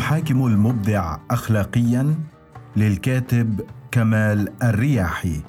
يحاكم المبدع أخلاقياً؟ للكاتب كمال الرياحي.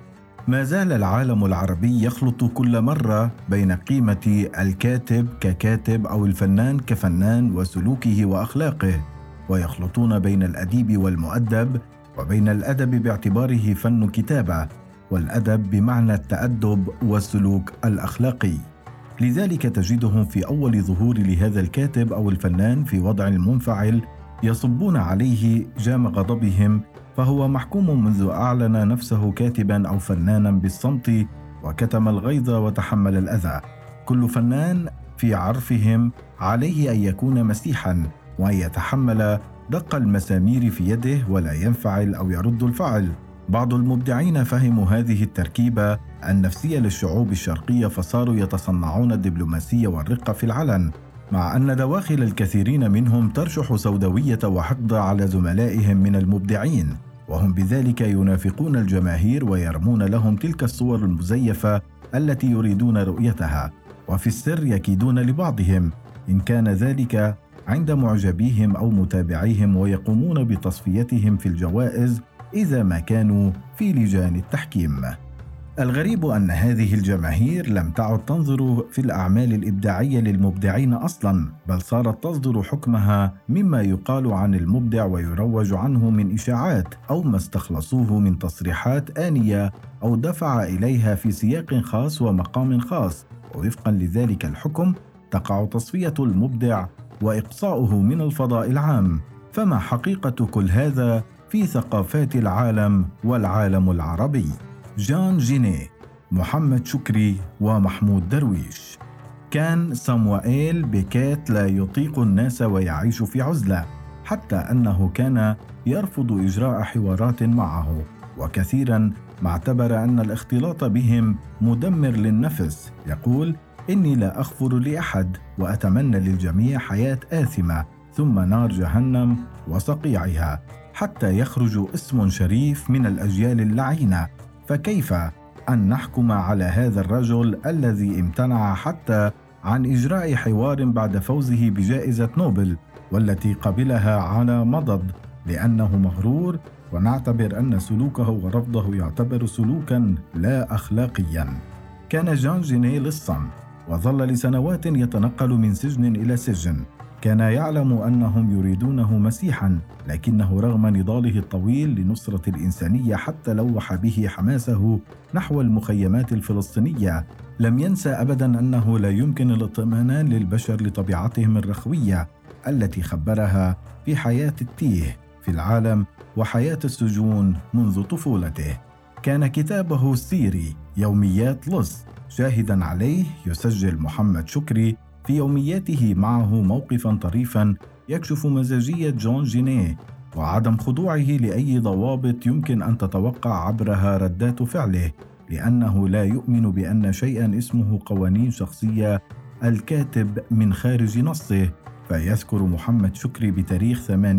ما زال العالم العربي يخلط كل مرة بين قيمة الكاتب ككاتب أو الفنان كفنان وسلوكه وأخلاقه، ويخلطون بين الأديب والمؤدب، وبين الأدب باعتباره فن كتابة، والأدب بمعنى التأدب والسلوك الأخلاقي. لذلك تجدهم في أول ظهور لهذا الكاتب أو الفنان في وضع المنفعل يصبون عليه جام غضبهم، فهو محكوم منذ أعلن نفسه كاتبا أو فنانا بالصمت، وكتم الغيظ وتحمل الأذى. كل فنان في عرفهم عليه أن يكون مسيحا، وأن يتحمل دق المسامير في يده ولا ينفعل أو يرد الفعل. بعض المبدعين فهموا هذه التركيبة النفسية للشعوب الشرقية، فصاروا يتصنعون الدبلوماسية والرقة في العلن، مع أن دواخل الكثيرين منهم ترشح سوداوية وحقد على زملائهم من المبدعين، وهم بذلك ينافقون الجماهير ويرمون لهم تلك الصور المزيفة التي يريدون رؤيتها، وفي السر يكيدون لبعضهم إن كان ذلك عند معجبيهم أو متابعيهم، ويقومون بتصفيتهم في الجوائز إذا ما كانوا في لجان التحكيم. الغريب أن هذه الجماهير لم تعد تنظر في الأعمال الإبداعية للمبدعين أصلاً، بل صارت تصدر حكمها مما يقال عن المبدع ويروج عنه من إشاعات، أو ما استخلصوه من تصريحات آنية أو دفع إليها في سياق خاص ومقام خاص، ووفقاً لذلك الحكم تقع تصفية المبدع وإقصاؤه من الفضاء العام. فما حقيقة كل هذا في ثقافات العالم والعالم العربي؟ جان جيني، محمد شكري، ومحمود درويش. كان ساموئيل بيكيت لا يطيق الناس ويعيش في عزلة، حتى أنه كان يرفض إجراء حوارات معه، وكثيرا ما اعتبر أن الاختلاط بهم مدمر للنفس. يقول: إني لا أغفر لأحد، وأتمنى للجميع حياة آثمة ثم نار جهنم وصقيعها، حتى يخرج اسم شريف من الأجيال اللعينة. فكيف أن نحكم على هذا الرجل الذي امتنع حتى عن إجراء حوار بعد فوزه بجائزة نوبل، والتي قبلها على مضض لأنه مغرور، ونعتبر أن سلوكه ورفضه يعتبر سلوكا لا أخلاقيا؟ كان جان جيني لصا، وظل لسنوات يتنقل من سجن إلى سجن. كان يعلم أنهم يريدونه مسيحا، لكنه رغم نضاله الطويل لنصرة الإنسانية حتى لوح به حماسه نحو المخيمات الفلسطينية، لم ينسى أبدا أنه لا يمكن الاطمئنان للبشر لطبيعتهم الرخوية التي خبرها في حياة التيه في العالم وحياة السجون منذ طفولته. كان كتابه السيري يوميات لص شاهدا عليه يسجل محمد شكري في يومياته معه موقفا طريفا يكشف مزاجية جان جيني وعدم خضوعه لأي ضوابط يمكن أن تتوقع عبرها ردات فعله، لأنه لا يؤمن بأن شيئا اسمه قوانين شخصية الكاتب من خارج نصه. فيذكر محمد شكري بتاريخ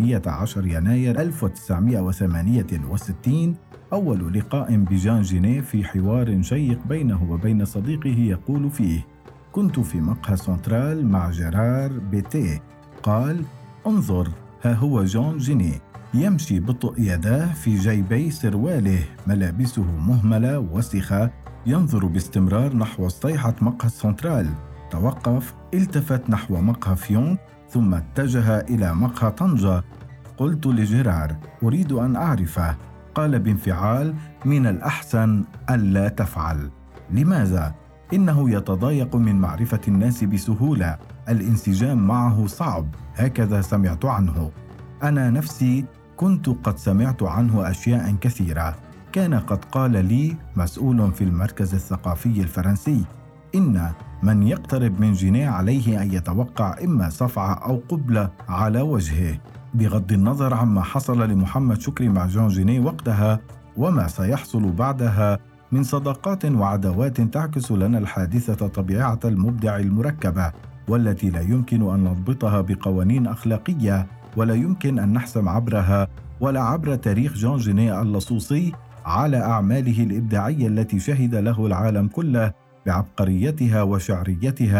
18 يناير 1968 أول لقاء بجان جيني في حوار شيق بينه وبين صديقه، يقول فيه: كنت في مقهى سنترال مع جيرار بيتيه. قال: انظر، ها هو جان جيني يمشي بطء، يداه في جيبي سرواله، ملابسه مهملة وسخة، ينظر باستمرار نحو صيحة مقهى سنترال. توقف، التفت نحو مقهى فيون، ثم اتجه إلى مقهى طنجة. قلت لجيرار: أريد أن أعرفه. قال بانفعال: من الأحسن ألا تفعل. لماذا؟ إنه يتضايق من معرفة الناس بسهولة، الانسجام معه صعب، هكذا سمعت عنه. أنا نفسي كنت قد سمعت عنه أشياء كثيرة. كان قد قال لي مسؤول في المركز الثقافي الفرنسي إن من يقترب من جيني عليه أن يتوقع إما صفعة أو قبلة على وجهه. بغض النظر عما حصل لمحمد شكري مع جان جيني وقتها وما سيحصل بعدها من صداقات وعداوات تعكس لنا الحادثة طبيعة المبدع المركبة، والتي لا يمكن أن نضبطها بقوانين أخلاقية، ولا يمكن أن نحسم عبرها ولا عبر تاريخ جان جيني اللصوصي على أعماله الإبداعية التي شهد له العالم كله بعبقريتها وشعريتها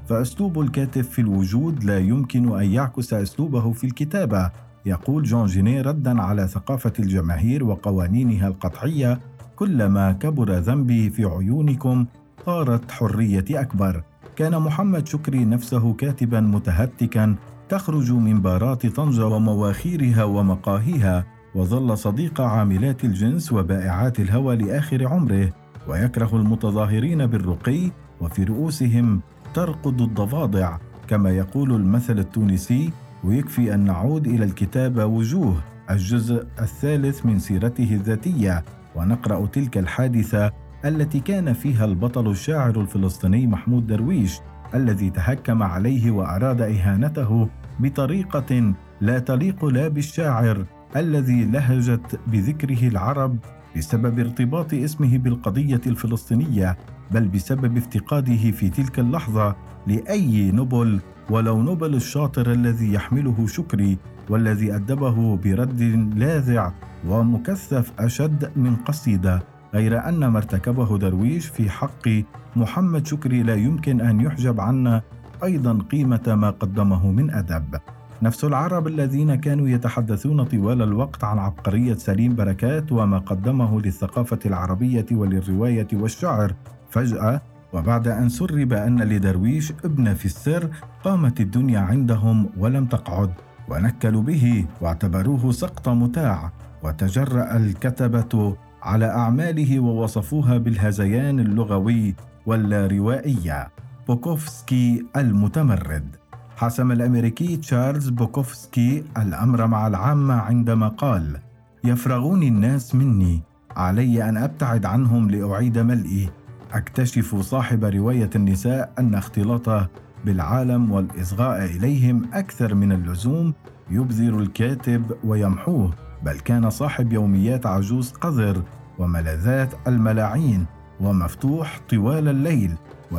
فأسلوب الكاتب في الوجود لا يمكن أن يعكس أسلوبه في الكتابة. يقول جون جيني رداً على ثقافة الجماهير وقوانينها القطعية: كلما كبر ذنبي في عيونكم صارت حريتي أكبر. كان محمد شكري نفسه كاتباً متهتكاً تخرج من بارات طنجة ومواخيرها ومقاهيها، وظل صديق عاملات الجنس وبائعات الهوى لآخر عمره، ويكره المتظاهرين بالرقي وفي رؤوسهم ترقد الضفادع. كما يقول المثل التونسي: ويكفي أن نعود إلى الكتاب وجوه، الجزء الثالث من سيرته الذاتية، ونقرأ تلك الحادثة التي كان فيها البطل الشاعر الفلسطيني محمود درويش، الذي تهكم عليه وأراد إهانته بطريقة لا تليق لا بالشاعر الذي لهجت بذكره العرب بسبب ارتباط اسمه بالقضية الفلسطينية، بل بسبب افتقاده في تلك اللحظة لأي نبل، ولو نبل الشاطر الذي يحمله شكري، والذي أدبه برد لاذع ومكثف أشد من قصيدة. غير أن ما ارتكبه درويش في حق محمد شكري لا يمكن أن يحجب عنا أيضا قيمة ما قدمه من أدب. نفس العرب الذين كانوا يتحدثون طوال الوقت عن عبقرية سليم بركات وما قدمه للثقافة العربية وللرواية والشعر، فجأة وبعد أن سرب أن لدرويش ابن في السر، قامت الدنيا عندهم ولم تقعد، ونكلوا به واعتبروه سقط متاع، وتجرأ الكتبة على أعماله ووصفوها بالهذيان اللغوي واللاروائية. بوكوفسكي المتمرد. حسم الأمريكي تشارلز بوكوفسكي الأمر مع العامة عندما قال: يفرغون الناس مني، علي أن أبتعد عنهم لأعيد ملئي. أكتشف صاحب رواية النساء أن اختلاطه بالعالم والإصغاء إليهم أكثر من اللزوم يبذر الكاتب ويمحوه، بل كان صاحب يوميات عجوز قذر وملاذات الملاعين ومفتوح طوال الليل،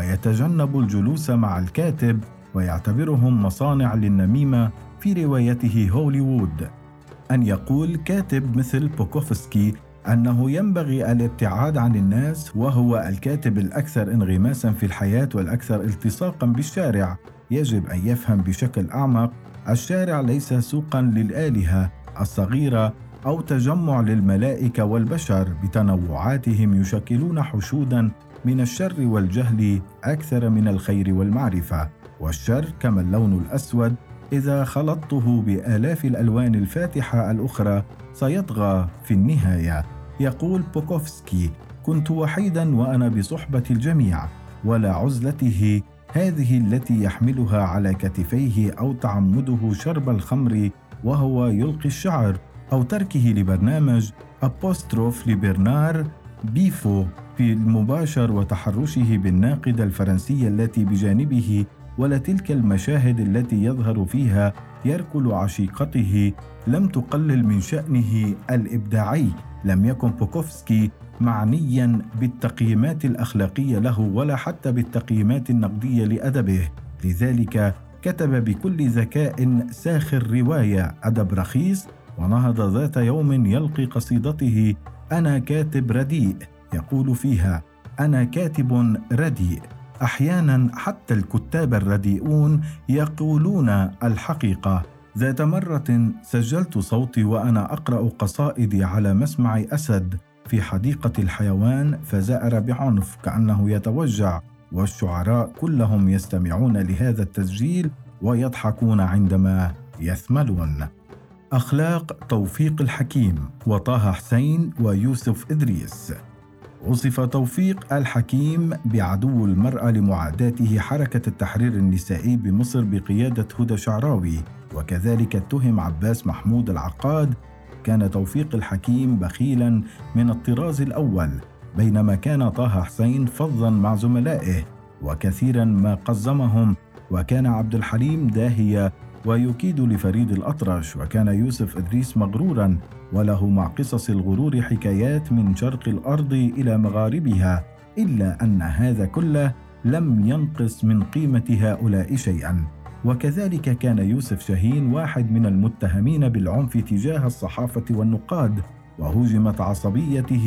ويتجنب الجلوس مع الكاتب ويعتبرهم مصانع للنميمة في روايته هوليوود. أن يقول كاتب مثل بوكوفسكي أنه ينبغي الابتعاد عن الناس وهو الكاتب الأكثر انغماساً في الحياة والأكثر التصاقاً بالشارع، يجب أن يفهم بشكل أعمق: الشارع ليس سوقاً للآلهة الصغيرة أو تجمع للملائكة والبشر بتنوعاتهم يشكلون حشوداً من الشر والجهل أكثر من الخير والمعرفة. والشر كما اللون الأسود إذا خلطته بآلاف الألوان الفاتحة الأخرى سيطغى في النهاية. يقول بوكوفسكي: كنت وحيدا وأنا بصحبة الجميع، ولا عزلته هذه التي يحملها على كتفيه أو تعمده شرب الخمر وهو يلقي الشعر، أو تركه لبرنامج أبوستروف لبرنار بيفو في المباشر وتحرشه بالناقدة الفرنسية التي بجانبه، ولا تلك المشاهد التي يظهر فيها يركل عشيقته لم تقلل من شأنه الإبداعي. لم يكن بوكوفسكي معنيا بالتقييمات الأخلاقية له ولا حتى بالتقييمات النقدية لأدبه، لذلك كتب بكل ذكاء ساخر رواية أدب رخيص، ونهض ذات يوم يلقي قصيدته أنا كاتب رديء، يقول فيها: أنا كاتب رديء. أحيانا حتى الكتاب الرديئون يقولون الحقيقة. ذات مرة سجلت صوتي وأنا أقرأ قصائدي على مسمع أسد في حديقة الحيوان، فزأر بعنف كأنه يتوجع، والشعراء كلهم يستمعون لهذا التسجيل ويضحكون عندما يثملون. أخلاق توفيق الحكيم وطه حسين ويوسف إدريس. وصف توفيق الحكيم بعدو المرأة لمعاداته حركة التحرير النسائي بمصر بقيادة هدى شعراوي، وكذلك اتهم عباس محمود العقاد. كان توفيق الحكيم بخيلا من الطراز الأول، بينما كان طه حسين فظا مع زملائه وكثيرا ما قزمهم، وكان عبد الحليم داهية ويكيد لفريد الأطرش، وكان يوسف إدريس مغرورا وله مع قصص الغرور حكايات من شرق الأرض إلى مغاربها، إلا أن هذا كله لم ينقص من قيمة هؤلاء شيئا. وكذلك كان يوسف شاهين واحد من المتهمين بالعنف تجاه الصحافة والنقاد، وهوجمت عصبيته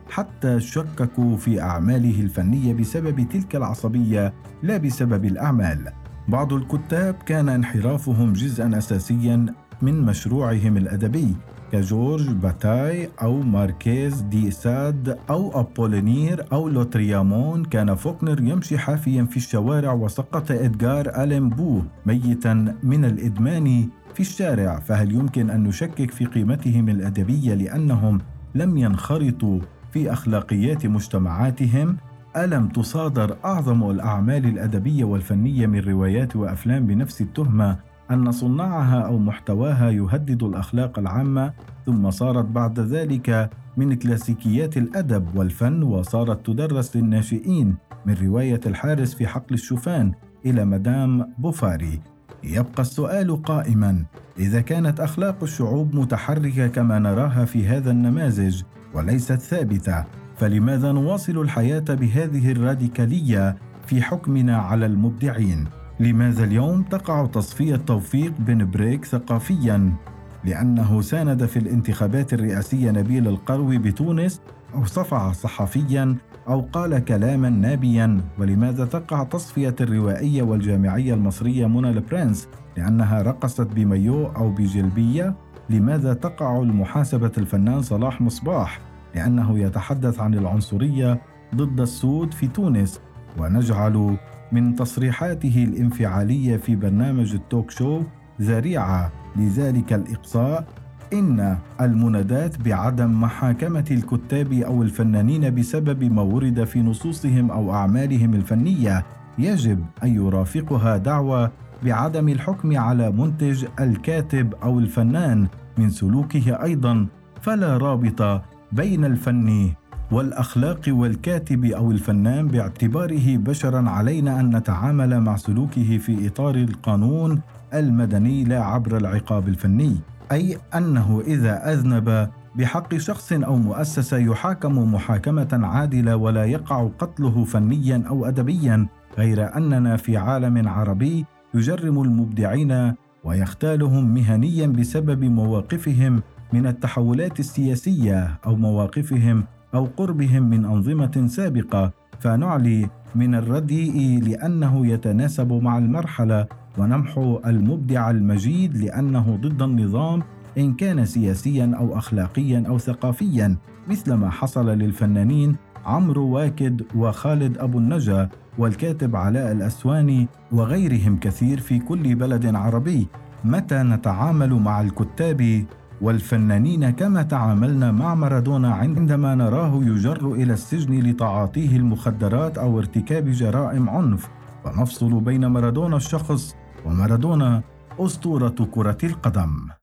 حتى شككوا في أعماله الفنية بسبب تلك العصبية لا بسبب الأعمال. بعض الكتاب كان انحرافهم جزءاً أساسياً من مشروعهم الأدبي، كجورج باتاي أو ماركيز دي ساد أو أبولينير أو لوتريامون. كان فوكنر يمشي حافياً في الشوارع، وسقط إدغار ألين بو ميتاً من الإدمان في الشارع، فهل يمكن أن نشكك في قيمتهم الأدبية لأنهم لم ينخرطوا في أخلاقيات مجتمعاتهم؟ ألم تصادر أعظم الأعمال الأدبية والفنية من روايات وأفلام بنفس التهمة أن صناعها أو محتواها يهدد الأخلاق العامة، ثم صارت بعد ذلك من كلاسيكيات الأدب والفن، وصارت تدرس للناشئين، من رواية الحارس في حقل الشوفان إلى مدام بوفاري. يبقى السؤال قائما: إذا كانت أخلاق الشعوب متحركة كما نراها في هذا النماذج وليست ثابتة، فلماذا نواصل الحياة بهذه الراديكالية في حكمنا على المبدعين؟ لماذا اليوم تقع تصفية توفيق بن بريك ثقافياً لأنه ساند في الانتخابات الرئاسية نبيل القروي بتونس، أو صفع صحفياً، أو قال كلاماً نابياً؟ ولماذا تقع تصفية الروائية والجامعية المصرية منى البرنس لأنها رقصت بمايو أو بجلبية؟ لماذا تقع المحاسبة الفنان صلاح مصباح لأنه يتحدث عن العنصرية ضد السود في تونس، ونجعل من تصريحاته الانفعالية في برنامج التوك شو ذريعة لذلك الإقصاء؟ إن المنادات بعدم محاكمة الكتاب أو الفنانين بسبب ما ورد في نصوصهم أو أعمالهم الفنية يجب أن يرافقها دعوة بعدم الحكم على منتج الكاتب أو الفنان من سلوكه أيضاً. فلا رابط بين الفن والأخلاق والكاتب أو الفنان باعتباره بشراً. علينا أن نتعامل مع سلوكه في إطار القانون المدني لا عبر العقاب الفني، أي أنه إذا أذنب بحق شخص أو مؤسسة يحاكم محاكمة عادلة ولا يقع قتله فنياً أو أدبياً، غير أننا في عالم عربي يجرم المبدعين ويختالهم مهنياً بسبب مواقفهم من التحولات السياسية أو مواقفهم أو قربهم من أنظمة سابقة، فنعلي من الرديء لأنه يتناسب مع المرحلة، ونمحو المبدع المجيد لأنه ضد النظام إن كان سياسيا أو أخلاقيا أو ثقافيا، مثل ما حصل للفنانين عمرو واكد وخالد أبو النجا والكاتب علاء الأسواني وغيرهم كثير في كل بلد عربي. متى نتعامل مع الكتاب والفنانين كما تعاملنا مع مارادونا عندما نراه يجر إلى السجن لتعاطيه المخدرات أو ارتكاب جرائم عنف، ونفصل بين مارادونا الشخص ومارادونا أسطورة كرة القدم؟